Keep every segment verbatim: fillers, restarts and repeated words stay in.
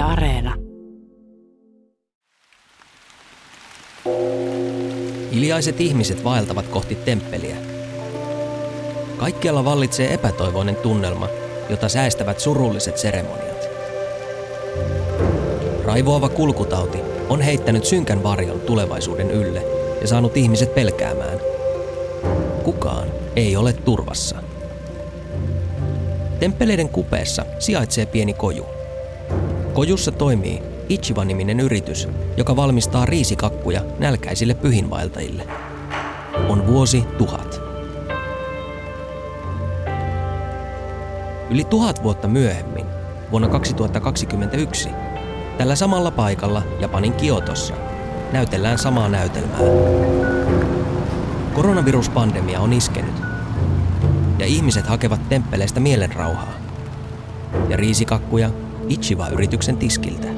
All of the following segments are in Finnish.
Areena. Hiljaiset ihmiset vaeltavat kohti temppeliä. Kaikkialla vallitsee epätoivoinen tunnelma, jota säästävät surulliset seremoniat. Raivoava kulkutauti on heittänyt synkän varjon tulevaisuuden ylle ja saanut ihmiset pelkäämään. Kukaan ei ole turvassa. Temppeleiden kupeessa sijaitsee pieni koju. Kojussa toimii Ichiwa-niminen yritys, joka valmistaa riisikakkuja nälkäisille pyhinvaeltajille. On vuosi tuhat. Yli tuhat vuotta myöhemmin, vuonna kaksituhattakaksikymmentäyksi, tällä samalla paikalla Japanin Kiotossa näytellään samaa näytelmää. Koronaviruspandemia on iskenyt, ja ihmiset hakevat temppeleistä mielenrauhaa ja riisikakkuja Ichiwa-yrityksen tiskiltä.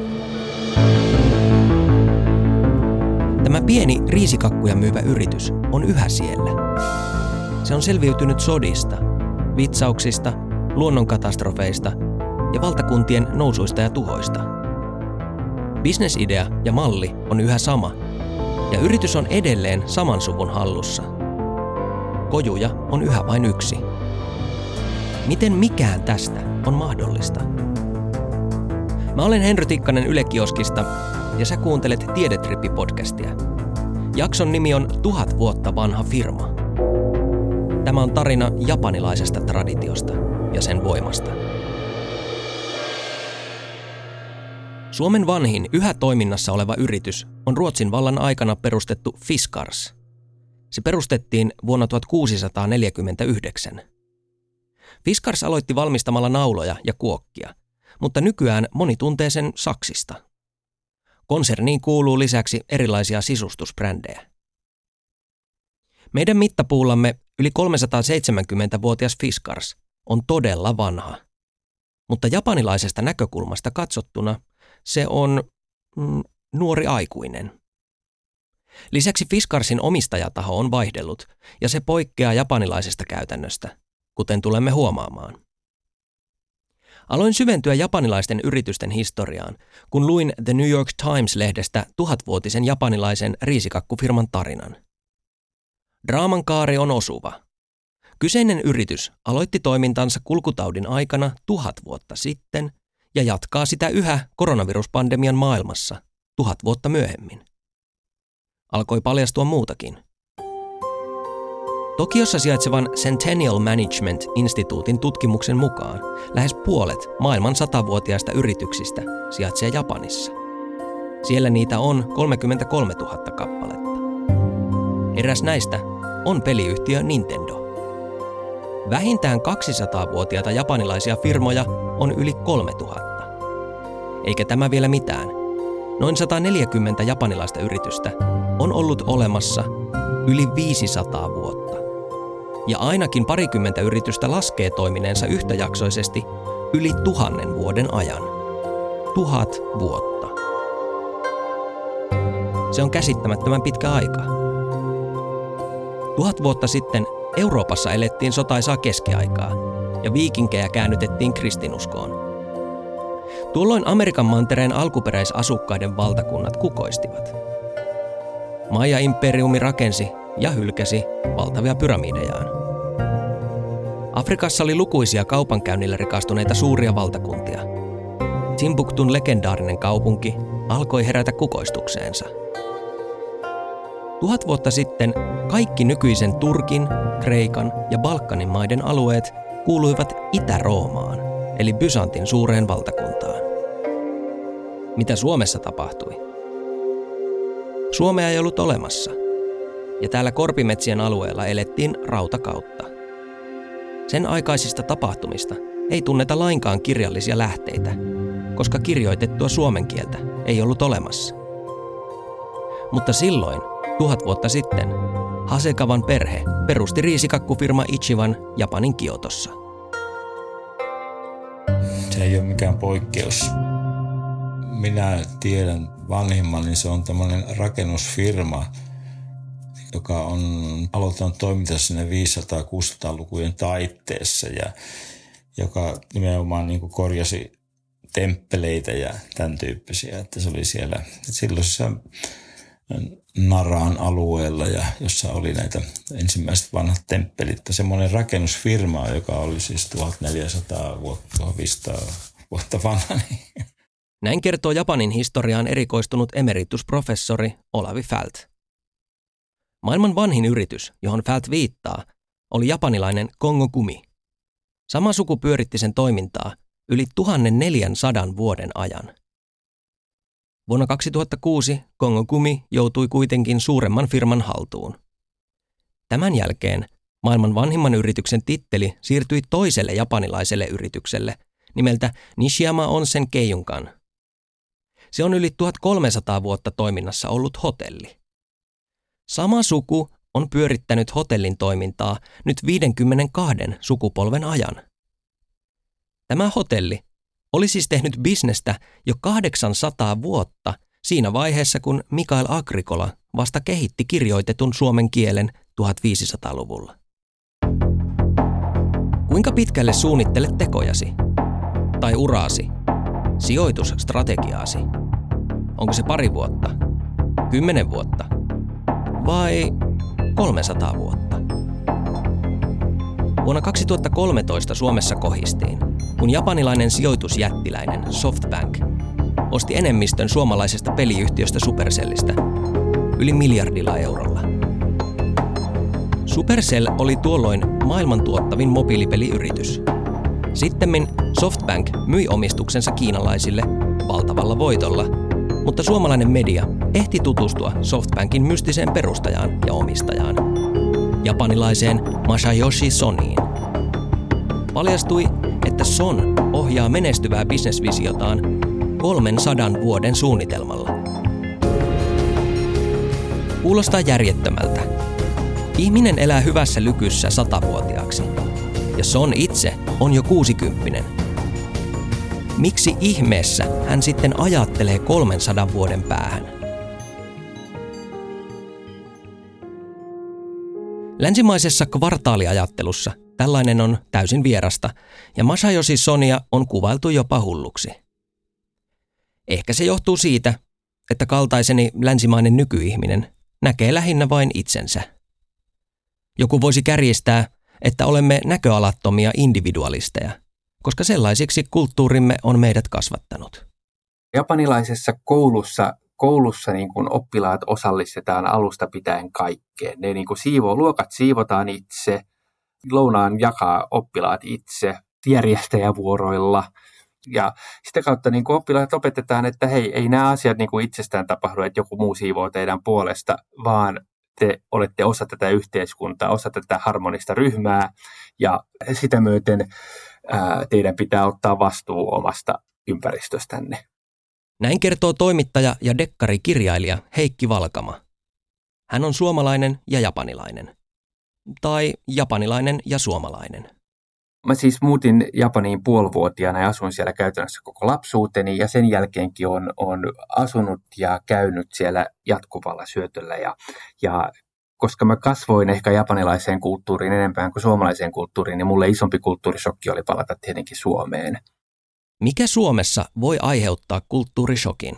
Tämä pieni riisikakkuja myyvä yritys on yhä siellä. Se on selviytynyt sodista, vitsauksista, luonnonkatastrofeista ja valtakuntien nousuista ja tuhoista. Bisnesidea ja malli on yhä sama, ja yritys on edelleen saman suvun hallussa. Kojuja on yhä vain yksi. Miten mikään tästä on mahdollista? Mä olen Henry Tikkanen Yle Kioskista, ja sä kuuntelet Tiedetrippi-podcastia. Jakson nimi on Tuhat vuotta vanha firma. Tämä on tarina japanilaisesta traditiosta ja sen voimasta. Suomen vanhin yhä toiminnassa oleva yritys on Ruotsin vallan aikana perustettu Fiskars. Se perustettiin vuonna tuhatkuusisataaneljäkymmentäyhdeksän. Fiskars aloitti valmistamalla nauloja ja kuokkia, mutta nykyään moni tuntee sen Saksista. Konserniin kuuluu lisäksi erilaisia sisustusbrändejä. Meidän mittapuullamme yli kolmesataaseitsemänkymmentävuotias Fiskars on todella vanha. Mutta japanilaisesta näkökulmasta katsottuna se on mm, nuori aikuinen. Lisäksi Fiskarsin omistajataho on vaihdellut ja se poikkeaa japanilaisesta käytännöstä, kuten tulemme huomaamaan. Aloin syventyä japanilaisten yritysten historiaan, kun luin The New York Times-lehdestä tuhatvuotisen japanilaisen riisikakkufirman tarinan. Draaman kaari on osuva. Kyseinen yritys aloitti toimintansa kulkutaudin aikana tuhat vuotta sitten ja jatkaa sitä yhä koronaviruspandemian maailmassa tuhat vuotta myöhemmin. Alkoi paljastua muutakin. Tokiossa sijaitsevan Centennial Management Instituutin tutkimuksen mukaan lähes puolet maailman satavuotiaista yrityksistä sijaitsee Japanissa. Siellä niitä on kolmekymmentäkolmetuhatta kappaletta. Eräs näistä on peliyhtiö Nintendo. Vähintään kaksisataavuotiaita japanilaisia firmoja on yli kolmetuhatta. Eikä tämä vielä mitään. Noin sataneljäkymmentä japanilaista yritystä on ollut olemassa yli viisisataa vuotta. Ja ainakin parikymmentä yritystä laskee toimineensa yhtäjaksoisesti yli tuhannen vuoden ajan. Tuhat vuotta. Se on käsittämättömän pitkä aika. Tuhat vuotta sitten Euroopassa elettiin sotaisaa keskiaikaa ja viikinkejä käännytettiin kristinuskoon. Tuolloin Amerikan mantereen alkuperäisasukkaiden valtakunnat kukoistivat. Maija-imperiumi rakensi ja hylkäsi valtavia pyramidejaan. Afrikassa oli lukuisia kaupankäynnillä rikastuneita suuria valtakuntia. Timbuktun legendaarinen kaupunki alkoi herätä kukoistukseensa. Tuhat vuotta sitten kaikki nykyisen Turkin, Kreikan ja Balkanin maiden alueet kuuluivat Itä-Roomaan, eli Byzantin suureen valtakuntaan. Mitä Suomessa tapahtui? Suomea ei ollut olemassa, ja täällä korpimetsien alueella elettiin rautakautta. Sen aikaisista tapahtumista ei tunneta lainkaan kirjallisia lähteitä, koska kirjoitettua suomen kieltä ei ollut olemassa. Mutta silloin, tuhat vuotta sitten, Hasekawan perhe perusti riisikakkufirma Ichiwan Japanin Kiotossa. Se ei ole mikään poikkeus. Minä tiedän vanhimman, niin se on tämmöinen rakennusfirma, joka on aloittanut toimintaa sinne viisisataa-kuusisataa-lukujen taitteessa ja joka nimenomaan niin kuin korjasi temppeleitä ja tämän tyyppisiä, että se oli siellä silloisessa Naran alueella, ja jossa oli näitä ensimmäiset vanhat temppelit. Semmoinen rakennusfirma, joka oli siis tuhatneljäsataa vuotta, tuhatviisisataa vuotta vanha. Niin. Näin kertoo Japanin historiaan erikoistunut emeritusprofessori Olavi Fält. Maailman vanhin yritys, johon Fält viittaa, oli japanilainen Kongo Gumi. Sama suku pyöritti sen toimintaa yli tuhatneljäsataa vuoden ajan. Vuonna kaksituhattakuusi Kongo Gumi joutui kuitenkin suuremman firman haltuun. Tämän jälkeen maailman vanhimman yrityksen titteli siirtyi toiselle japanilaiselle yritykselle nimeltä Nishiyama Onsen Keijunkan. Se on yli tuhatkolmesataa vuotta toiminnassa ollut hotelli. Sama suku on pyörittänyt hotellin toimintaa nyt viidenkymmenenkahden sukupolven ajan. Tämä hotelli oli siis tehnyt bisnestä jo kahdeksansataa vuotta siinä vaiheessa, kun Mikael Agricola vasta kehitti kirjoitetun suomen kielen tuhatviisisataaluvulla. Kuinka pitkälle suunnittelet tekojasi? Tai uraasi? Sijoitusstrategiaasi? Onko se pari vuotta? Kymmenen vuotta? Vai kolmesataa vuotta? Vuonna kaksituhattakolmetoista Suomessa kohistiin, kun japanilainen sijoitusjättiläinen SoftBank osti enemmistön suomalaisesta peliyhtiöstä Supercellistä yli miljardilla eurolla. Supercell oli tuolloin maailman tuottavin mobiilipeliyritys. Sittemmin SoftBank myi omistuksensa kiinalaisille valtavalla voitolla, mutta suomalainen media ehti tutustua SoftBankin mystiseen perustajaan ja omistajaan, japanilaiseen Masayoshi Soniin. Paljastui, että Son ohjaa menestyvää bisnesvisiotaan kolmensadan vuoden suunnitelmalla. Kuulostaa järjettömältä. Ihminen elää hyvässä lykyssä satavuotiaaksi, ja Son itse on jo kuusikymppinen. Miksi ihmeessä hän sitten ajattelee kolmensadan vuoden päähän? Länsimaisessa kvartaaliajattelussa tällainen on täysin vierasta, ja Masayoshi Sonia on kuvailtu jopa hulluksi. Ehkä se johtuu siitä, että kaltaiseni länsimainen nykyihminen näkee lähinnä vain itsensä. Joku voisi kärjistää, että olemme näköalattomia individualisteja, koska sellaisiksi kulttuurimme on meidät kasvattanut. Japanilaisessa koulussa, koulussa niin kuin oppilaat osallistetaan alusta pitäen kaikkeen. Ne niin kuin siivoo, luokat siivotaan itse, lounaan jakaa oppilaat itse järjestäjävuoroilla. Ja sitä kautta niin kuin oppilaat opetetaan, että hei, ei nämä asiat niin kuin itsestään tapahdu, että joku muu siivoo teidän puolesta, vaan te olette osa tätä yhteiskuntaa, osa tätä harmonista ryhmää, ja sitä myöten ää, teidän pitää ottaa vastuu omasta ympäristöstänne. Näin kertoo toimittaja ja dekkarikirjailija Heikki Valkama. Hän on suomalainen ja japanilainen. Tai japanilainen ja suomalainen. Mä siis muutin Japaniin puolivuotiaana ja asuin siellä käytännössä koko lapsuuteni, ja sen jälkeenkin on, on asunut ja käynyt siellä jatkuvalla syötöllä. Ja, ja koska mä kasvoin ehkä japanilaiseen kulttuuriin enempään kuin suomalaiseen kulttuuriin, niin mulle isompi kulttuurishokki oli palata tietenkin Suomeen. Mikä Suomessa voi aiheuttaa kulttuurishokin?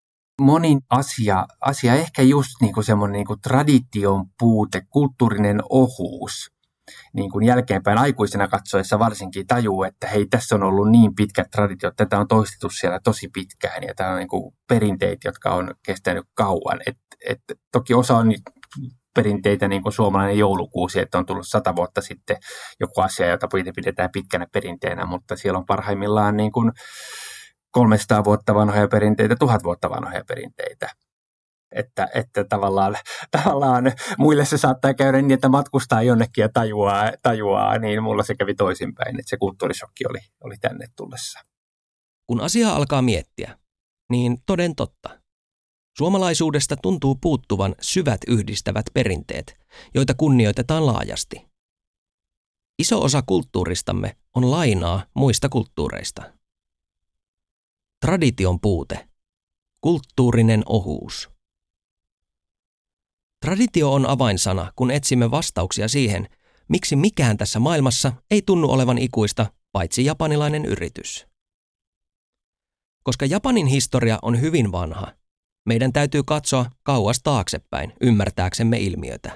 Moni asia, asia ehkä just niin kuin semmoinen niin kuin tradition puute, kulttuurinen ohuus. Niin kuin jälkeenpäin aikuisena katsoessa varsinkin tajuu, että hei, tässä on ollut niin pitkät traditiot, tätä on toistettu siellä tosi pitkään, ja tämä on niin kuin perinteitä, jotka on kestänyt kauan. Et, et, toki osa on perinteitä, niin kuin suomalainen joulukuusi, että on tullut sata vuotta sitten joku asia, jota pidetään pitkänä perinteenä, mutta siellä on parhaimmillaan niin kuin kolmesataa vuotta vanhoja perinteitä, tuhat vuotta vanhoja perinteitä. Että, että tavallaan, tavallaan muille se saattaa käydä niin, että matkustaa jonnekin ja tajuaa, tajuaa niin mulla se kävi toisinpäin, että se kulttuurishokki oli, oli tänne tullessa. Kun asiaa alkaa miettiä, niin toden totta. Suomalaisuudesta tuntuu puuttuvan syvät yhdistävät perinteet, joita kunnioitetaan laajasti. Iso osa kulttuuristamme on lainaa muista kulttuureista. Tradition puute. Kulttuurinen ohuus. Traditio on avainsana, kun etsimme vastauksia siihen, miksi mikään tässä maailmassa ei tunnu olevan ikuista, paitsi japanilainen yritys. Koska Japanin historia on hyvin vanha, meidän täytyy katsoa kauas taaksepäin ymmärtääksemme ilmiötä.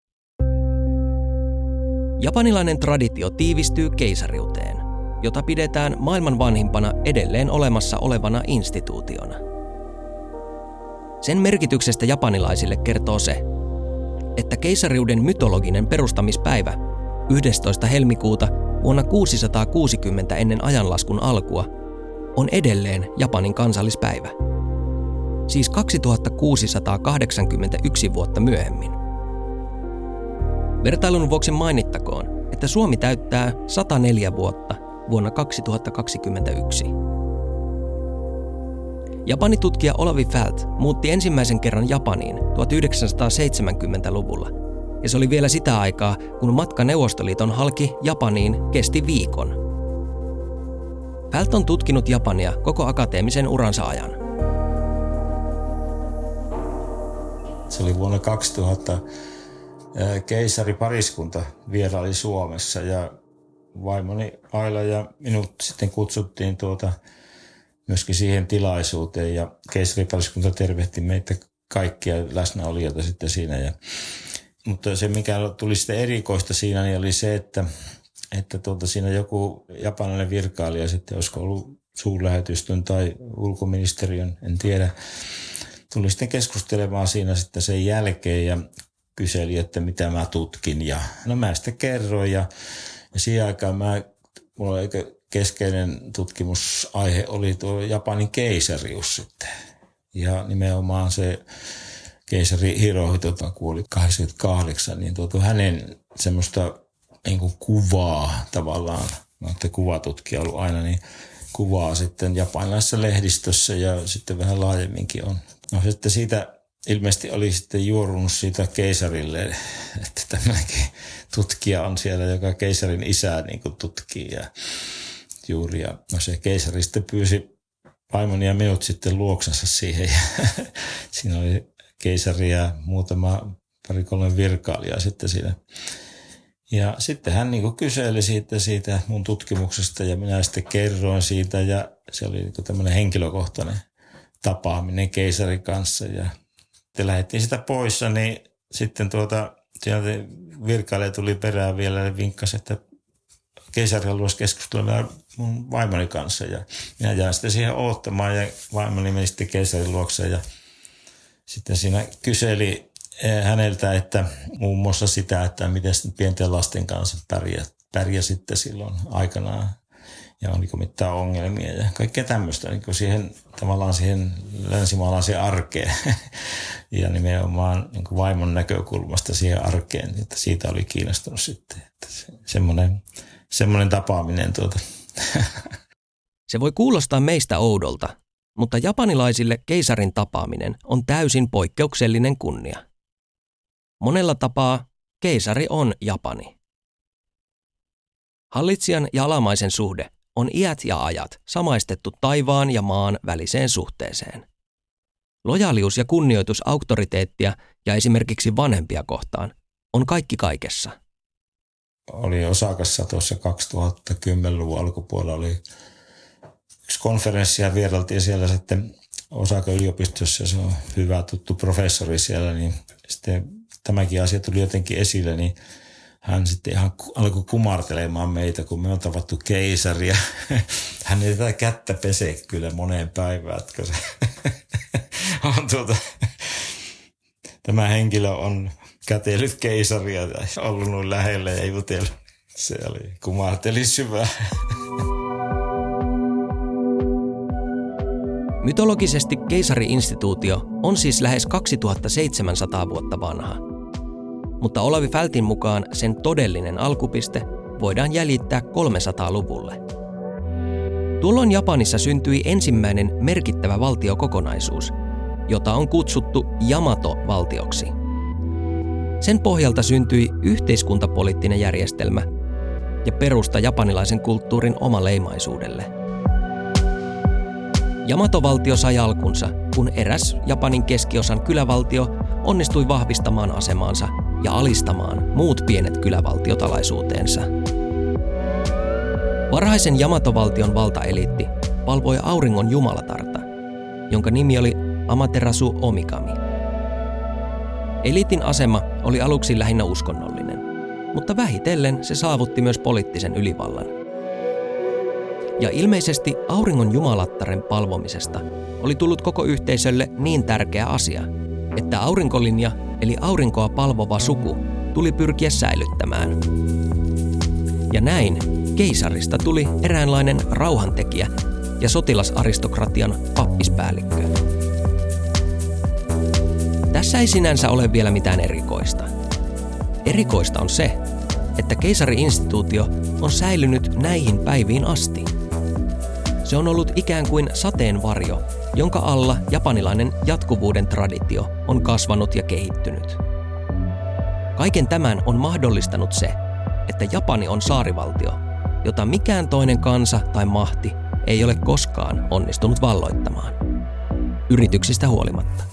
Japanilainen traditio tiivistyy keisariuteen, jota pidetään maailman vanhimpana edelleen olemassa olevana instituutiona. Sen merkityksestä japanilaisille kertoo se, että keisariuden mytologinen perustamispäivä yhdestoista helmikuuta vuonna kuusisataakuusikymmentä ennen ajanlaskun alkua on edelleen Japanin kansallispäivä, siis kaksituhattakuusisataakahdeksankymmentäyksi vuotta myöhemmin. Vertailun vuoksi mainittakoon, että Suomi täyttää sata neljä vuotta vuonna kaksituhattakaksikymmentäyksi. Japanitutkija Olavi Fält muutti ensimmäisen kerran Japaniin tuhatyhdeksänsataaseitsemänkymmentäluvulla, ja se oli vielä sitä aikaa, kun matka Neuvostoliiton halki Japaniin kesti viikon. Fält on tutkinut Japania koko akateemisen uransa ajan. Se oli vuonna kaksituhatta. Keisaripariskunta vieraili Suomessa ja vaimoni Aila ja minut sitten kutsuttiin tuota myöskin siihen tilaisuuteen ja keisaripariskunta tervehti meitä kaikkia läsnäolijoita sitten siinä. Ja, mutta se mikä tuli sitten erikoista siinä niin oli se, että, että tuota siinä joku japanilainen virkailija sitten, olisiko ollut suurlähetystön tai ulkoministeriön, en tiedä, tuli sitten keskustelemaan siinä sitten sen jälkeen ja kyseli, että mitä mä tutkin ja no mä sitten kerroin ja, ja siihen aikaan mä, mulla oli keskeinen tutkimusaihe oli tuo Japanin keisarius sitten ja nimenomaan se keisari Hirohito, joka kuoli kahdeksankymmentäkahdeksan, niin tuotu hänen semmoista niin kuin kuvaa tavallaan, mä oon kuvatutkija ollut aina, niin kuvaa sitten japanilaisessa lehdistössä ja sitten vähän laajemminkin on. No sitten siitä ilmeisesti oli sitten juorunut siitä keisarille, että tämmöinenkin tutkija on siellä, joka keisarin isää niin kuin tutkii ja juuri. Ja no se keisari sitten pyysi vaimoni ja minut sitten luoksensa siihen ja siinä oli keisari ja muutama pari kolme virkailijaa sitten siinä. Ja sitten hän niin kuin kyseli siitä, siitä mun tutkimuksesta ja minä sitten kerroin siitä ja se oli niin kuin tämmöinen henkilökohtainen tapaaminen keisarin kanssa ja sitten lähdettiin sitä pois, niin sitten tuota, sieltä virkailija tuli perään vielä ja vinkkasi, että keisari haluaisi keskustella mun vaimoni kanssa. Ja minä jäin sitten siihen odottamaan ja vaimoni meni sitten keisarin luokse ja sitten siinä kyseli häneltä, että muun muassa sitä, että miten pienten lasten kanssa pärjää, pärjäsitte silloin aikanaan. Ja oliko mitään ongelmia ja kaikkea tämmöistä niin kuin siihen, tavallaan siihen länsimaalaiseen arkeen ja nimenomaan niin kuin vaimon näkökulmasta siihen arkeen, että siitä oli kiinnostunut sitten. Että se, semmoinen, semmoinen tapaaminen tuota. Se voi kuulostaa meistä oudolta, mutta japanilaisille keisarin tapaaminen on täysin poikkeuksellinen kunnia. Monella tapaa keisari on Japani. Hallitsijan ja alamaisen suhde on iät ja ajat samaistettu taivaan ja maan väliseen suhteeseen. Lojaalius ja kunnioitus auktoriteettia ja esimerkiksi vanhempia kohtaan on kaikki kaikessa. Oli Osakassa tuossa kaksituhattakymmenluvun alkupuolella oli yksi konferenssi ja vierailtiin siellä sitten Osaka-yliopistossa ja se on hyvä tuttu professori siellä, niin sitten tämäkin asia tuli jotenkin esille, niin hän sitten ihan alkoi kumartelemaan meitä, kun me on tavattu keisaria. Hän ei tätä kättä pese kyllä moneen päivään, kun se on tuota, tämä henkilö on kätellyt keisaria ja ollut noin lähellä ja jutellut. Se oli kumarteli syvää. Mytologisesti keisari-instituutio on siis lähes kaksituhattaseitsemänsataa vuotta vanha. Mutta Olavi Fältin mukaan sen todellinen alkupiste voidaan jäljittää kolmesataaluvulle. Tuolloin Japanissa syntyi ensimmäinen merkittävä valtiokokonaisuus, jota on kutsuttu Yamato-valtioksi. Sen pohjalta syntyi yhteiskuntapoliittinen järjestelmä ja perusta japanilaisen kulttuurin omaleimaisuudelle. Yamato-valtio sai alkunsa, kun eräs Japanin keskiosan kylävaltio onnistui vahvistamaan asemaansa ja alistamaan muut pienet kylävaltiot alaisuuteensa. Varhaisen Yamato-valtion valtaeliitti valvoi auringon jumalatarta, jonka nimi oli Amaterasu Omikami. Eliitin asema oli aluksi lähinnä uskonnollinen, mutta vähitellen se saavutti myös poliittisen ylivallan. Ja ilmeisesti auringon jumalattaren palvomisesta oli tullut koko yhteisölle niin tärkeä asia, että aurinkolinja eli aurinkoa palvova suku tuli pyrkiä säilyttämään. Ja näin keisarista tuli eräänlainen rauhantekijä ja sotilasaristokratian pappispäällikkö. Tässä ei sinänsä ole vielä mitään erikoista. Erikoista on se, että keisari-instituutio on säilynyt näihin päiviin asti. Se on ollut ikään kuin sateenvarjo, jonka alla japanilainen jatkuvuuden traditio on kasvanut ja kehittynyt. Kaiken tämän on mahdollistanut se, että Japani on saarivaltio, jota mikään toinen kansa tai mahti ei ole koskaan onnistunut valloittamaan. Yrityksistä huolimatta.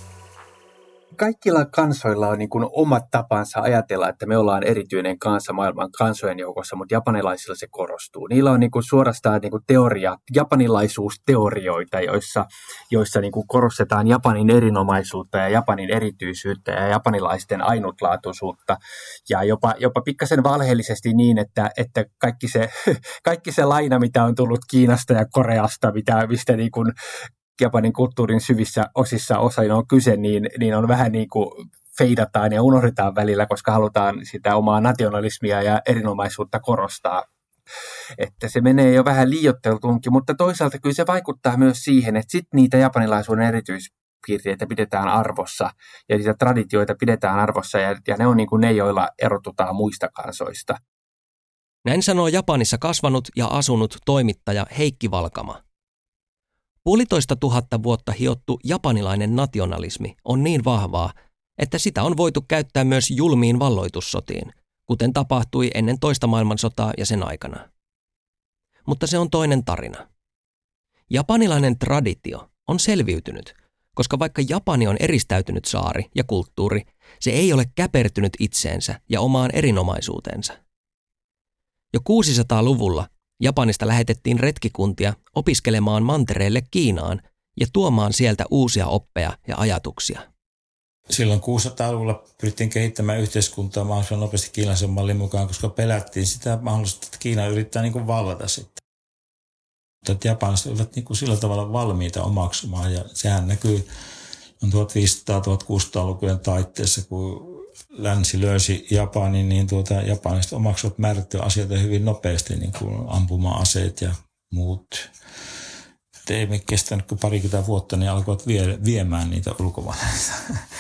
Kaikilla kansoilla on niin kuin omat tapansa ajatella, että me ollaan erityinen kansa maailman kansojen joukossa, mutta japanilaisilla se korostuu. Niillä on niin kuin suorastaan niin kuin teoria, japanilaisuusteorioita, joissa, joissa niin kuin korostetaan Japanin erinomaisuutta ja Japanin erityisyyttä ja japanilaisten ainutlaatuisuutta. Ja jopa, jopa pikkasen valheellisesti niin, että, että kaikki, se, kaikki se laina, mitä on tullut Kiinasta ja Koreasta, mitä, mistä niin kuin Japanin kulttuurin syvissä osissa osain on kyse, niin, niin on vähän niin kuin feidataan ja unohdetaan välillä, koska halutaan sitä omaa nationalismia ja erinomaisuutta korostaa. Että se menee jo vähän liioitteltuunkin, mutta toisaalta kyllä se vaikuttaa myös siihen, että sitten niitä japanilaisuuden erityispiirteitä pidetään arvossa ja niitä traditioita pidetään arvossa ja, ja ne on niin kuin ne, joilla erotutaan muista kansoista. Näin sanoo Japanissa kasvanut ja asunut toimittaja Heikki Valkama. Puolitoista tuhatta vuotta hiottu japanilainen nationalismi on niin vahvaa, että sitä on voitu käyttää myös julmiin valloitussotiin, kuten tapahtui ennen toista maailmansotaa ja sen aikana. Mutta se on toinen tarina. Japanilainen traditio on selviytynyt, koska vaikka Japani on eristäytynyt saari ja kulttuuri, se ei ole käpertynyt itseensä ja omaan erinomaisuuteensa. Jo kuusisataaluvulla Japanista lähetettiin retkikuntia opiskelemaan mantereelle Kiinaan ja tuomaan sieltä uusia oppeja ja ajatuksia. Silloin kuusisataaluvulla pyrittiin kehittämään yhteiskuntaa mahdollisimman nopeasti kiinalaisen mallin mukaan, koska pelättiin sitä mahdollista, että Kiina yrittää niin kuin vallata sitten. Mutta japanilaiset olivat niin kuin sillä tavalla valmiita omaksumaan ja sehän näkyy tuhatviisisataa-tuhatkuusisataalukujen taitteessa, kun länsi löysi Japanin, niin tuota, japanilaiset omaksuvat määrättyjä asioita hyvin nopeasti, niin kuin ampuma-aseet ja muut. Et ei me kestänyt kuin parikymmentä vuotta, niin alkoivat vie, viemään niitä ulkomaalaisia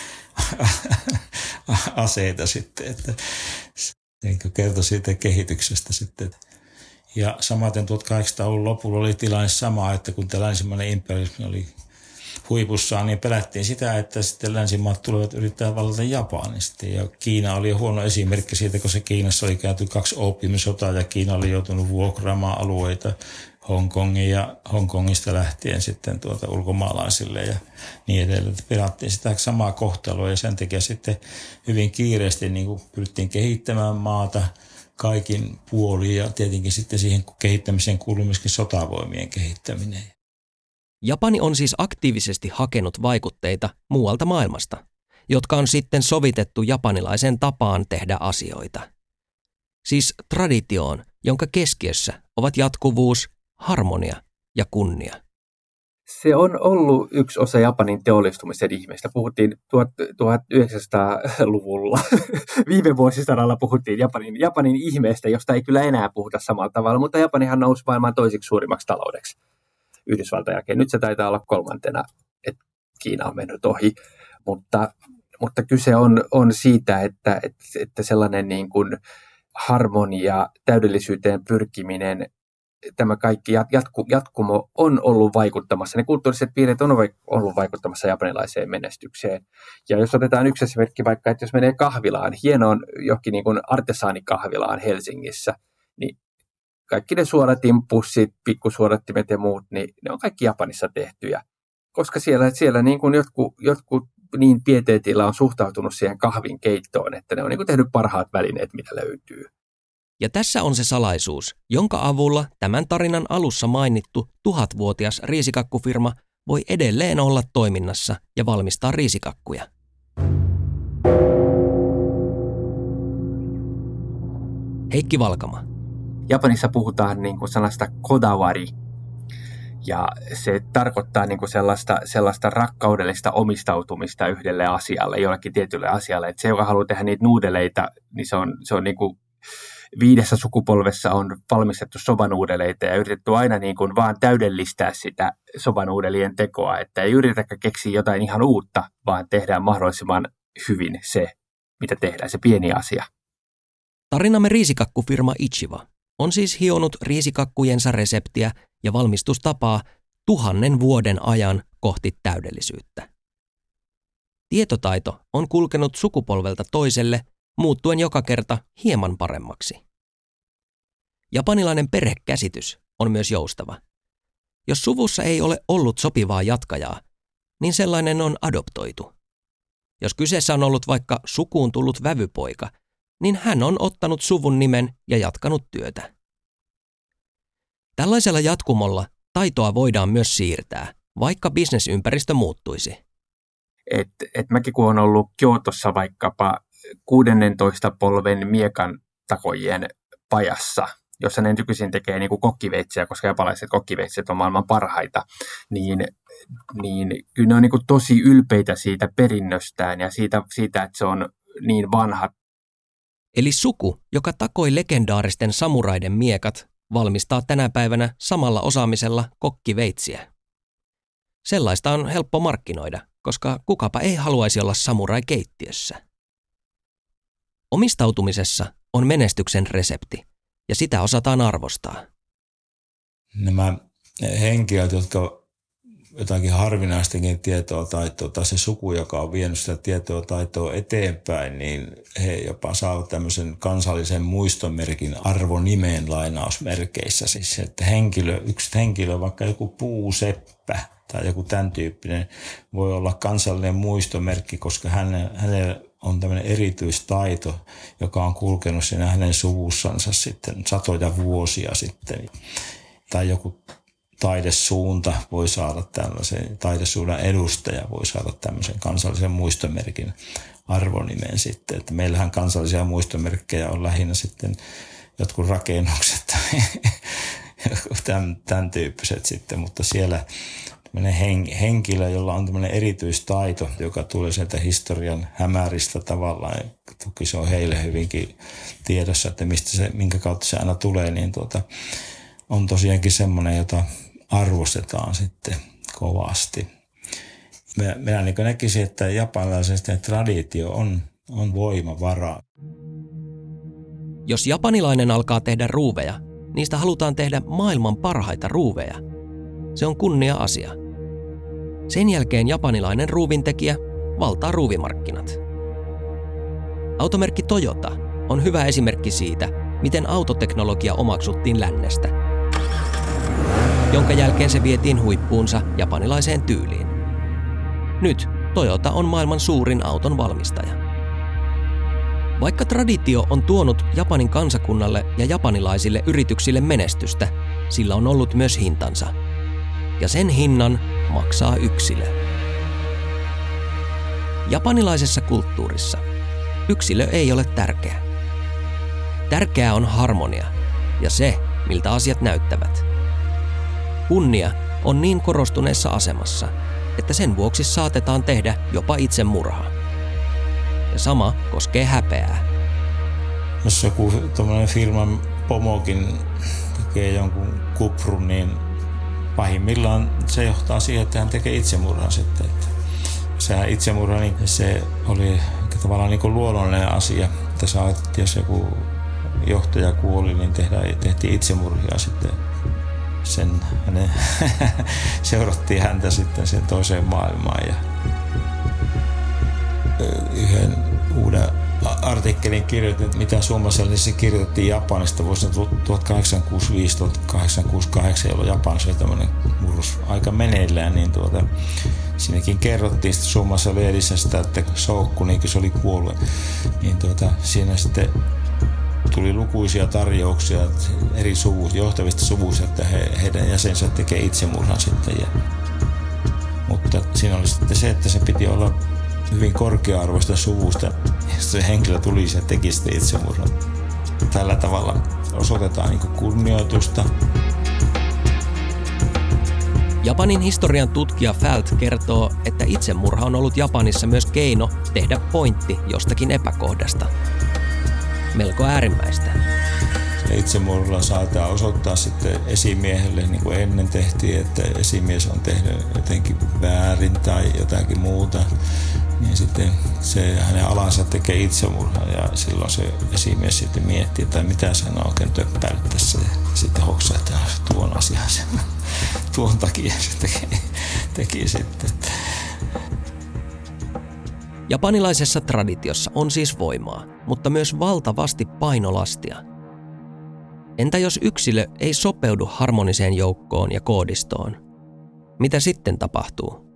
aseita sitten, että niin kertoi siitä kehityksestä sitten. Ja samaten tuhatkahdeksansataaluvun lopulla oli tilanne sama, että kun tämä länsimainen imperialismi oli huipussaan, niin pelättiin sitä, että sitten länsimaat tulevat yrittää vallata Japanista. Ja Kiina oli huono esimerkki siitä, koska Kiinassa oli käyty kaksi oopiumisotaa ja Kiina oli joutunut vuokraamaan alueita Hongkongin ja Hongkongista lähtien sitten tuota ulkomaalaisille ja niin edelleen. Pelättiin sitä samaa kohtalua ja sen takia sitten hyvin kiireesti niin kuin pyrittiin kehittämään maata kaikin puolin ja tietenkin sitten siihen kehittämiseen kuului myöskin sotavoimien kehittäminen. Japani on siis aktiivisesti hakenut vaikutteita muualta maailmasta, jotka on sitten sovitettu japanilaiseen tapaan tehdä asioita. Siis traditioon, jonka keskiössä ovat jatkuvuus, harmonia ja kunnia. Se on ollut yksi osa Japanin teollistumisen ihmeestä. Puhuttiin tuhatyhdeksänsataaluvulla. Viime vuosisadalla puhuttiin Japanin, Japanin ihmeestä, josta ei kyllä enää puhuta samalla tavalla, mutta Japanihan nousi maailman toisiksi suurimmaksi taloudeksi Yhdysvaltain jälkeen. Nyt se taitaa olla kolmantena, että Kiina on mennyt ohi, mutta, mutta kyse on, on siitä, että, että, että sellainen niin kuin harmonia, täydellisyyteen pyrkiminen, tämä kaikki jatku, jatkumo on ollut vaikuttamassa. Ne kulttuuriset piirteet on ollut vaikuttamassa japanilaiseen menestykseen. Ja jos otetaan yksi esimerkki vaikka, että jos menee kahvilaan, hienoon johonkin niin kuin artesaanikahvilaan Helsingissä, niin kaikki ne suodatimpussit, pikkusuodattimet ja muut, niin ne on kaikki Japanissa tehtyjä. Koska siellä, siellä niin kuin jotkut, jotkut niin pieteetillä on suhtautunut siihen kahvin keittoon, että ne on niin kuin tehnyt parhaat välineet, mitä löytyy. Ja tässä on se salaisuus, jonka avulla tämän tarinan alussa mainittu tuhatvuotias riisikakkufirma voi edelleen olla toiminnassa ja valmistaa riisikakkuja. Heikki Valkama. Japanissa puhutaan niin kuin sanasta kodawari, ja se tarkoittaa niin kuin sellaista, sellaista rakkaudellista omistautumista yhdelle asialle, jollekin tietylle asialle. Et se, joka haluaa tehdä niitä nuudeleita, niin se on, se on niin kuin viidessä sukupolvessa on valmistettu sobanuudeleita ja yritetty aina niin kuin vaan täydellistää sitä sobanuudelien tekoa, että ei yritetä keksiä jotain ihan uutta, vaan tehdään mahdollisimman hyvin se, mitä tehdään, se pieni asia. Tarinamme riisikakkufirma Ichiva on siis hionut riisikakkujensa reseptiä ja valmistustapaa tuhannen vuoden ajan kohti täydellisyyttä. Tietotaito on kulkenut sukupolvelta toiselle, muuttuen joka kerta hieman paremmaksi. Japanilainen perhekäsitys on myös joustava. Jos suvussa ei ole ollut sopivaa jatkajaa, niin sellainen on adoptoitu. Jos kyseessä on ollut vaikka sukuun tullut vävypoika, niin hän on ottanut suvun nimen ja jatkanut työtä. Tällaisella jatkumolla taitoa voidaan myös siirtää, vaikka bisnesympäristö muuttuisi. Et, et mäkin kun on ollut Kyotossa vaikkapa kuudennentoista polven miekan takojien pajassa, jossa ne nykyisin tekee niin kuin kokkiveitsiä, koska japanilaiset kokkiveitset on maailman parhaita, niin, niin kyllä ne on niin kuin tosi ylpeitä siitä perinnöstään ja siitä, siitä, että se on niin vanha. Eli suku, joka takoi legendaaristen samuraiden miekat, valmistaa tänä päivänä samalla osaamisella kokkiveitsiä. Sellaista on helppo markkinoida, koska kukapa ei haluaisi olla samurai keittiössä. Omistautumisessa on menestyksen resepti, ja sitä osataan arvostaa. Nämä henkilöt, jotka jotakin harvinaistakin tietoa taitoa, tai se suku, joka on vienyt sitä tietoa taitoa eteenpäin, niin he jopa saavat tämmöisen kansallisen muistomerkin arvonimeen lainausmerkeissä. Siis että henkilö, yksi henkilö, vaikka joku puuseppä tai joku tämän tyyppinen, voi olla kansallinen muistomerkki, koska hänellä on tämmöinen erityistaito, joka on kulkenut siinä hänen suvussansa sitten satoja vuosia sitten. Tai joku taidesuunta voi saada tällaisen, taidesuunnan edustaja voi saada tämmöisen kansallisen muistomerkin arvonimen sitten. Että meillähän kansallisia muistomerkkejä on lähinnä sitten jotkut rakennukset tai tämän, tämän tyyppiset sitten, mutta siellä henkilö, jolla on tämmöinen erityistaito, joka tulee sieltä historian hämäristä tavallaan, toki se on heille hyvinkin tiedossa, että mistä se, minkä kautta se aina tulee, niin tuota, on tosiaankin semmoinen, jota arvostetaan sitten kovasti. Minä niin näkisin, että japanilaisen traditio on, on voimavara. Jos japanilainen alkaa tehdä ruuveja, niistä halutaan tehdä maailman parhaita ruuveja. Se on kunnia-asia. Sen jälkeen japanilainen ruuvintekijä valtaa ruuvimarkkinat. Automerkki Toyota on hyvä esimerkki siitä, miten autoteknologia omaksuttiin lännestä, jonka jälkeen se vietiin huippuunsa japanilaiseen tyyliin. Nyt Toyota on maailman suurin auton valmistaja. Vaikka traditio on tuonut Japanin kansakunnalle ja japanilaisille yrityksille menestystä, sillä on ollut myös hintansa. Ja sen hinnan maksaa yksilö. Japanilaisessa kulttuurissa yksilö ei ole tärkeä. Tärkeää on harmonia ja se, miltä asiat näyttävät. Kunnia on niin korostuneessa asemassa, että sen vuoksi saatetaan tehdä jopa itsemurha. Ja sama koskee häpeää. Jos joku tuommoinen firman pomokin tekee jonkun kuprun, niin pahimmillaan se johtaa siihen, että hän tekee itsemurhan sitten. Sehän itsemurha, niin se oli tavallaan niin kuin luonnollinen asia, että saat, jos joku johtaja kuoli, niin tehdään, tehtiin itsemurhia sitten. Sen, hänen, seurattiin häntä sitten sen toiseen maailmaan ja yhden uuden artikkelin kirjoitin, että mitä Suomessa kirjoitettiin Japanista vuosina tuhatkahdeksansataakuusikymmentäviisi tuhatkahdeksansataakuusikymmentäkahdeksan, jolloin Japanissa oli tämmöinen murros aika meneillään, niin tuota, siinäkin kerrottiin sitten Suomessa lehdissä sitä, että Soukku, niin se oli kuollut, niin tuota, siinä sitten tuli lukuisia tarjouksia eri suvuista, johtavista suvuista, että he, heidän jäsensä tekee itsemurhan sitten. Ja, mutta siinä oli sitten se, että se piti olla hyvin korkea-arvoista suvusta, jos se henkilö tuli ja teki sitten itsemurhan. Tällä tavalla osoitetaan niin kuin kunnioitusta. Japanin historian tutkija Falt kertoo, että itsemurha on ollut Japanissa myös keino tehdä pointti jostakin epäkohdasta. Melko äärimmäistä. Itsemurhalla saattaa osoittaa sitten esimiehelle, niin kuin ennen tehtiin, että esimies on tehnyt jotenkin väärin tai jotakin muuta. Niin sitten se hänen alansa tekee itsemurhan ja silloin se esimies sitten miettii, että mitä hän on oikein töppäillyt tässä. Ja sitten hoksaa, että tuon asian sen, tuon takia se teki, teki sitten. Japanilaisessa traditiossa on siis voimaa, mutta myös valtavasti painolastia. Entä jos yksilö ei sopeudu harmoniseen joukkoon ja koodistoon? Mitä sitten tapahtuu?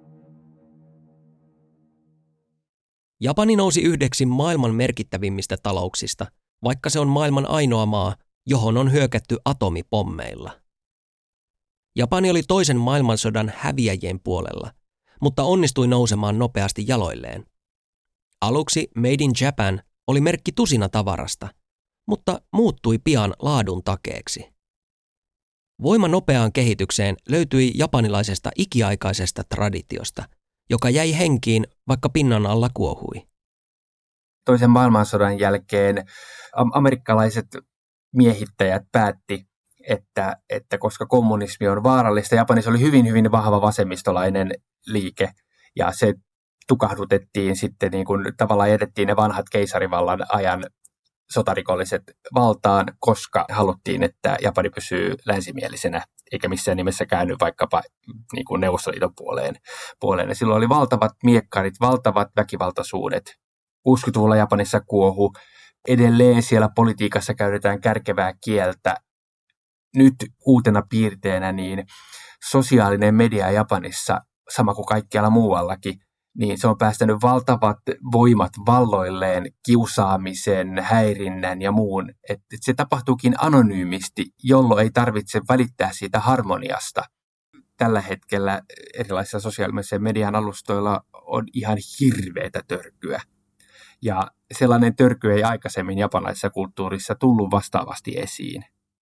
Japani nousi yhdeksi maailman merkittävimmistä talouksista, vaikka se on maailman ainoa maa, johon on hyökätty atomipommeilla. Japani oli toisen maailmansodan häviäjien puolella, mutta onnistui nousemaan nopeasti jaloilleen. Aluksi Made in Japan oli merkki tusina tavarasta, mutta muuttui pian laadun takeeksi. Voima nopeaan kehitykseen löytyi japanilaisesta ikiaikaisesta traditiosta, joka jäi henkiin, vaikka pinnan alla kuohui. Toisen maailmansodan jälkeen amerikkalaiset miehittäjät päätti, että, että koska kommunismi on vaarallista, Japanissa oli hyvin, hyvin vahva vasemmistolainen liike, ja se tukahdutettiin sitten, niin kuin tavallaan jätettiin ne vanhat keisarivallan ajan sotarikolliset valtaan, koska haluttiin, että Japani pysyy länsimielisenä, eikä missään nimessä käänny vaikkapa niin kuin Neuvostoliiton puoleen. puoleen. Ja silloin oli valtavat miekkarit, valtavat väkivaltaisuudet. kuusikymmentäluvulla Japanissa kuohu. Edelleen siellä politiikassa käytetään kärkevää kieltä. Nyt uutena piirteenä niin sosiaalinen media Japanissa, sama kuin kaikkialla muuallakin, niin se on päästänyt valtavat voimat valloilleen kiusaamisen, häirinnän ja muun. Että se tapahtuukin anonyymisti, jolloin ei tarvitse välittää siitä harmoniasta. Tällä hetkellä erilaisissa sosiaalisen median alustoilla on ihan hirveätä törkyä. Ja sellainen törky ei aikaisemmin japanilaisessa kulttuurissa tullut vastaavasti esiin.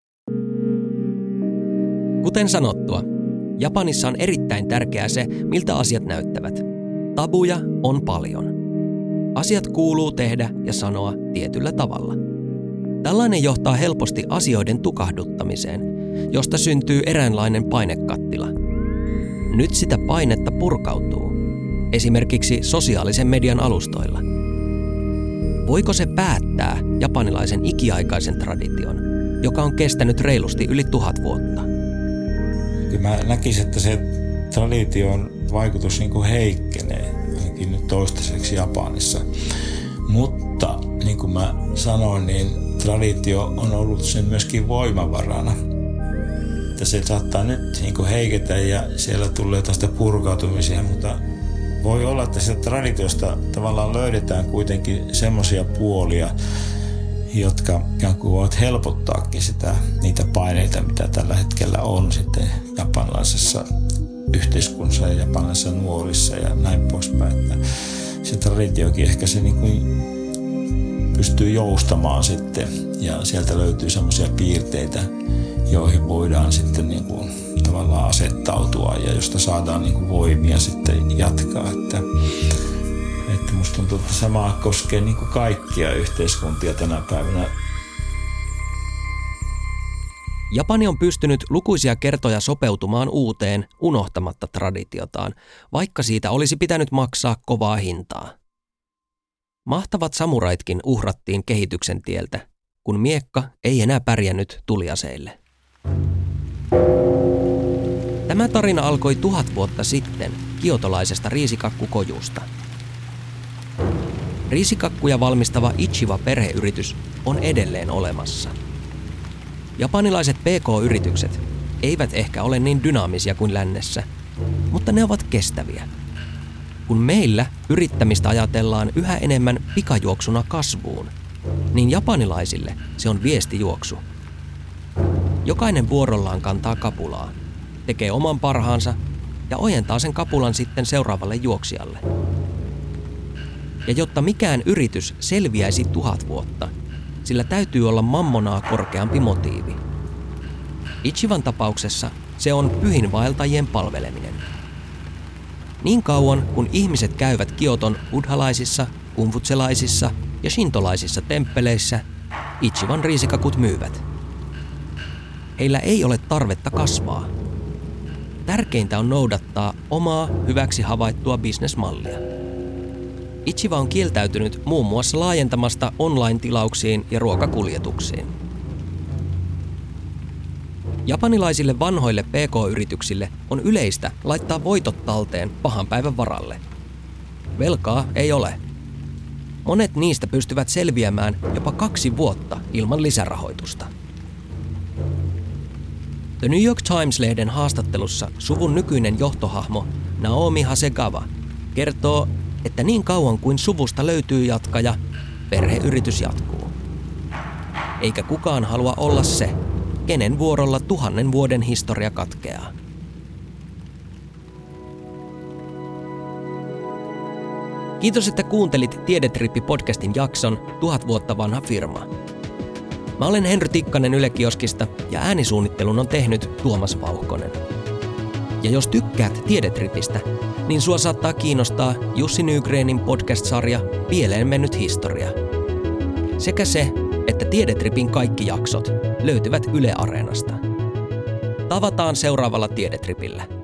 Kuten sanottua, Japanissa on erittäin tärkeää se, miltä asiat näyttävät. Tabuja on paljon. Asiat kuuluu tehdä ja sanoa tietyllä tavalla. Tällainen johtaa helposti asioiden tukahduttamiseen, josta syntyy eräänlainen painekattila. Nyt sitä painetta purkautuu, esimerkiksi sosiaalisen median alustoilla. Voiko se päättää japanilaisen ikiaikaisen tradition, joka on kestänyt reilusti yli tuhat vuotta? Kyllä mä näkisin, että se tradition vaikutus niin kuin heikkenee, ainakin nyt toistaiseksi Japanissa. Mutta niin kuin mä sanoin, niin traditio on ollut sen myöskin voimavarana. Että se saattaa nyt niin kuin heiketä ja siellä tulee tästä purkautumisia, mutta voi olla, että sitä traditiosta tavallaan löydetään kuitenkin semmoisia puolia, jotka voivat helpottaakin sitä, niitä paineita, mitä tällä hetkellä on sitten japanilaisessa yhteiskunnassa ja japanilaisissa nuorissa ja näin poispäin. Että se traditiokin ehkä se niin kuin pystyy joustamaan sitten ja sieltä löytyy semmoisia piirteitä, joihin voidaan sitten niin kuin tavallaan asettautua ja josta saadaan niin kuin voimia sitten jatkaa. Että, että musta tuntuu, että sama koskee niin kuin kaikkia yhteiskuntia tänä päivänä. Japani on pystynyt lukuisia kertoja sopeutumaan uuteen, unohtamatta traditiotaan, vaikka siitä olisi pitänyt maksaa kovaa hintaa. Mahtavat samuraitkin uhrattiin kehityksen tieltä, kun miekka ei enää pärjännyt tuliaseille. Tämä tarina alkoi tuhat vuotta sitten kiotolaisesta riisikakkukojusta. Riisikakkuja valmistava Ichiwa-perheyritys on edelleen olemassa. Japanilaiset P K-yritykset eivät ehkä ole niin dynaamisia kuin lännessä, mutta ne ovat kestäviä. Kun meillä yrittämistä ajatellaan yhä enemmän pikajuoksuna kasvuun, niin japanilaisille se on viestijuoksu. Jokainen vuorollaan kantaa kapulaa, tekee oman parhaansa ja ojentaa sen kapulan sitten seuraavalle juoksijalle. Ja jotta mikään yritys selviäisi tuhat vuotta, sillä täytyy olla mammonaa korkeampi motiivi. Ichiban tapauksessa se on pyhinvaeltajien palveleminen. Niin kauan kun ihmiset käyvät Kioton buddhalaisissa, kumfutselaisissa ja shintolaisissa temppeleissä, Ichiban riisikakut myyvät. Heillä ei ole tarvetta kasvaa. Tärkeintä on noudattaa omaa hyväksi havaittua bisnesmallia. Ichiban on kieltäytynyt muun muassa laajentamasta online-tilauksiin ja ruokakuljetuksiin. Japanilaisille vanhoille P K-yrityksille on yleistä laittaa voitot talteen pahan päivän varalle. Velkaa ei ole. Monet niistä pystyvät selviämään jopa kaksi vuotta ilman lisärahoitusta. The New York Times-lehden haastattelussa suvun nykyinen johtohahmo Naomi Hasegawa kertoo, että niin kauan kuin suvusta löytyy jatkaja, perheyritys jatkuu. Eikä kukaan halua olla se, kenen vuorolla tuhannen vuoden historia katkeaa. Kiitos, että kuuntelit Tiedetrippi-podcastin jakson Tuhat vuotta vanha firma. Mä olen Henry Tikkanen Yle Kioskista ja äänisuunnittelun on tehnyt Tuomas Vauhkonen. Ja jos tykkäät Tiedetripistä, niin sua saattaa kiinnostaa Jussi Nygrenin podcast-sarja Pieleen mennyt historia. Sekä se, että Tiedetripin kaikki jaksot löytyvät Yle Areenasta. Tavataan seuraavalla Tiedetripillä.